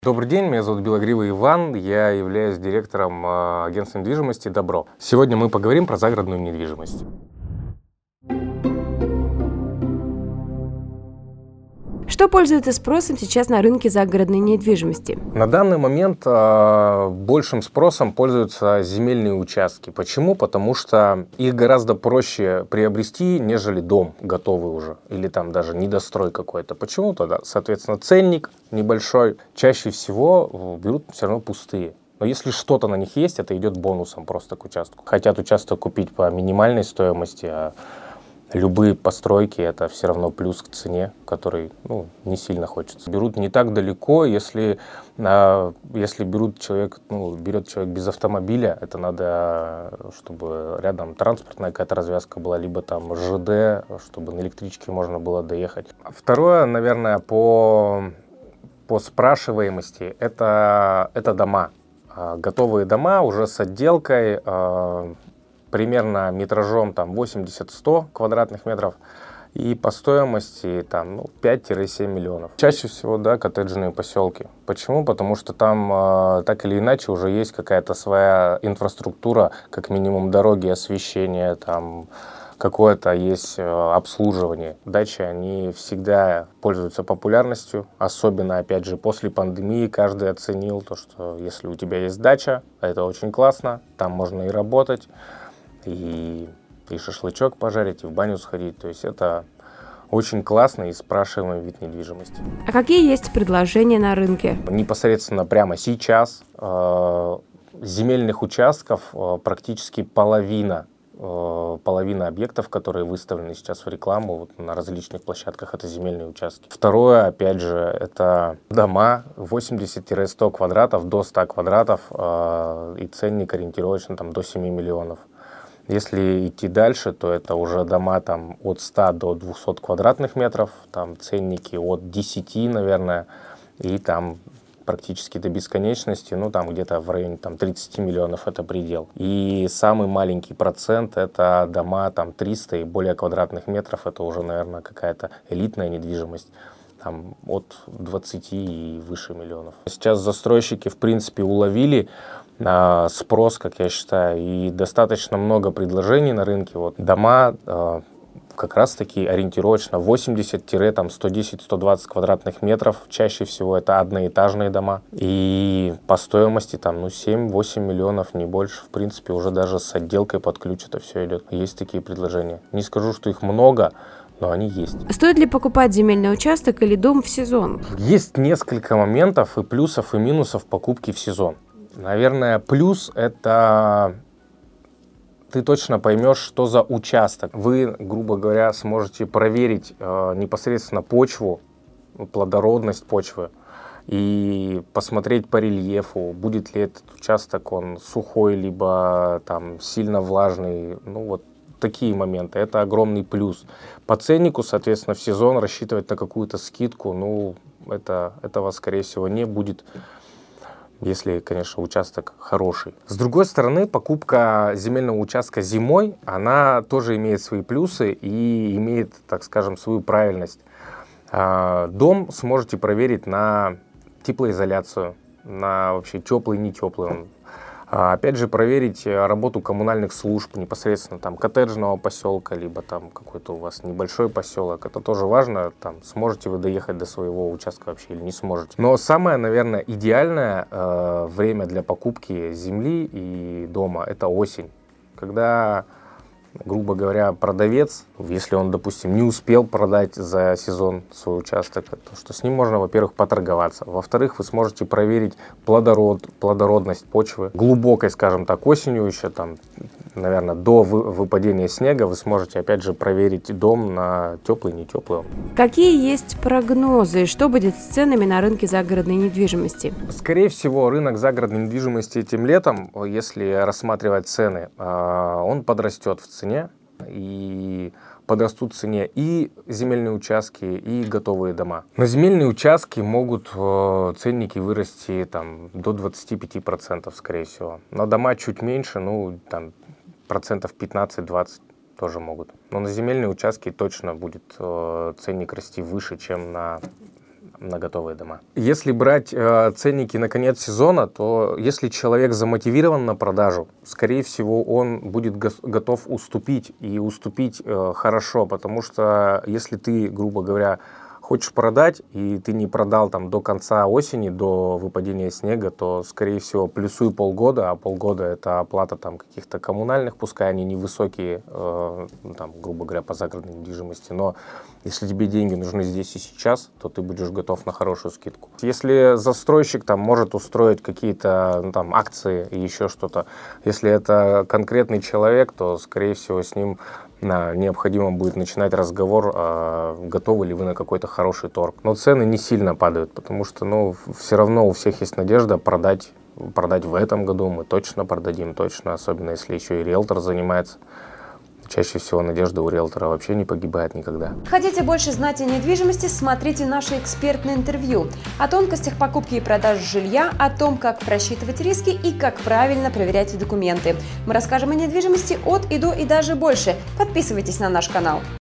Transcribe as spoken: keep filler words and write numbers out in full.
Добрый день, меня зовут Белогривый Иван, я являюсь директором э, агентства недвижимости «Добро». Сегодня мы поговорим про загородную недвижимость. Что пользуется спросом сейчас на рынке загородной недвижимости? На данный момент э, большим спросом пользуются земельные участки. Почему? Потому что их гораздо проще приобрести, нежели дом готовый уже, или там даже недострой какой-то. Почему тогда? Соответственно, ценник небольшой. Чаще всего берут все равно пустые. Но если что-то на них есть, это идет бонусом просто к участку. Хотят участок купить по минимальной стоимости, а любые постройки — это все равно плюс к цене, который ну, не сильно хочется. Берут не так далеко, если, а, если берут человек, ну, берет человек без автомобиля, это надо, чтобы рядом транспортная какая-то развязка была, либо там ЖД, чтобы на электричке можно было доехать. Второе, наверное, по, по спрашиваемости, это, это дома. Готовые дома уже с отделкой, примерно метражом там восемьдесят-сто квадратных метров и по стоимости там ну, пять-семь миллионов. Чаще всего, да, коттеджные поселки. Почему? Потому что там э, так или иначе уже есть какая-то своя инфраструктура, как минимум дороги, освещение, там какое-то есть э, обслуживание. Дачи, они всегда пользуются популярностью, особенно, опять же, после пандемии каждый оценил то, что если у тебя есть дача, это очень классно, там можно и работать, И, и шашлычок пожарить, и в баню сходить. То есть это очень классный и спрашиваемый вид недвижимости. А какие есть предложения на рынке? Непосредственно прямо сейчас э, земельных участков э, практически половина. Э, половина объектов, которые выставлены сейчас в рекламу вот, на различных площадках, это земельные участки. Второе, опять же, это дома восемьдесят-сто квадратов, до ста квадратов э, и ценник ориентировочно там, до семи миллионов. Если идти дальше, то это уже дома там, от ста до двухсот квадратных метров, там ценники от десяти, наверное, и там практически до бесконечности, ну там где-то в районе там, тридцати миллионов это предел. И самый маленький процент это дома там триста и более квадратных метров, это уже, наверное, какая-то элитная недвижимость. Там от двадцати и выше миллионов. Сейчас застройщики, в принципе, уловили а, спрос, как я считаю, и достаточно много предложений на рынке. Вот дома а, как раз-таки ориентировочно восемьдесят-сто десять - сто двадцать квадратных метров. Чаще всего это одноэтажные дома. И по стоимости там, ну, семь-восемь миллионов, не больше. В принципе, уже даже с отделкой под ключ это все идет. Есть такие предложения. Не скажу, что их много, но они есть. Стоит ли покупать земельный участок или дом в сезон? Есть несколько моментов и плюсов, и минусов покупки в сезон. Наверное, плюс – это ты точно поймешь, что за участок. Вы, грубо говоря, сможете проверить э, непосредственно почву, плодородность почвы и посмотреть по рельефу, будет ли этот участок он сухой, либо там сильно влажный. Ну вот. Такие моменты, это огромный плюс. По ценнику, соответственно, в сезон рассчитывать на какую-то скидку, ну, это, этого, скорее всего, не будет, если, конечно, участок хороший. С другой стороны, покупка земельного участка зимой, она тоже имеет свои плюсы и имеет, так скажем, свою правильность. Дом сможете проверить на теплоизоляцию, на вообще теплый, не теплый он. Опять же, проверить работу коммунальных служб, непосредственно там коттеджного поселка, либо там какой-то у вас небольшой поселок. Это тоже важно, там, сможете вы доехать до своего участка вообще или не сможете. Но самое, наверное, идеальное э, время для покупки земли и дома – это осень, когда, грубо говоря, продавец, если он, допустим, не успел продать за сезон свой участок, то что с ним можно, во-первых, поторговаться. Во-вторых, вы сможете проверить плодород, плодородность почвы. Глубокой, скажем так, осенью еще, там, наверное, до выпадения снега вы сможете, опять же, проверить дом на теплый, не теплый. Какие есть прогнозы? Что будет с ценами на рынке загородной недвижимости? Скорее всего, рынок загородной недвижимости этим летом, если рассматривать цены, он подрастет в цене. И подрастут в цене и земельные участки, и готовые дома. На земельные участки могут э, ценники вырасти там, до двадцати пяти процентов, скорее всего. На дома чуть меньше, ну, там, процентов пятнадцать-двадцать тоже могут. Но на земельные участки точно будет э, ценник расти выше, чем на на готовые дома. Если брать э, ценники на конец сезона, то если человек замотивирован на продажу, скорее всего, он будет го- готов уступить, и уступить э, хорошо, потому что если ты, грубо говоря, хочешь продать, и ты не продал там до конца осени, до выпадения снега, то, скорее всего, плюсуй полгода, а полгода это оплата там каких-то коммунальных, пускай они невысокие, э, там, грубо говоря, по загородной недвижимости, но если тебе деньги нужны здесь и сейчас, то ты будешь готов на хорошую скидку. Если застройщик там может устроить какие-то ну, там акции и еще что-то, если это конкретный человек, то, скорее всего, с ним Да, необходимо будет начинать разговор, а, готовы ли вы на какой-то хороший торг. Но цены не сильно падают, потому что ну, все равно у всех есть надежда продать, продать в этом году. Мы точно продадим, точно, особенно если еще и риэлтор занимается. Чаще всего надежда у риэлтора вообще не погибает никогда. Хотите больше знать о недвижимости? Смотрите наше экспертное интервью о тонкостях покупки и продажи жилья, о том, как просчитывать риски и как правильно проверять документы. Мы расскажем о недвижимости от и до и даже больше. Подписывайтесь на наш канал.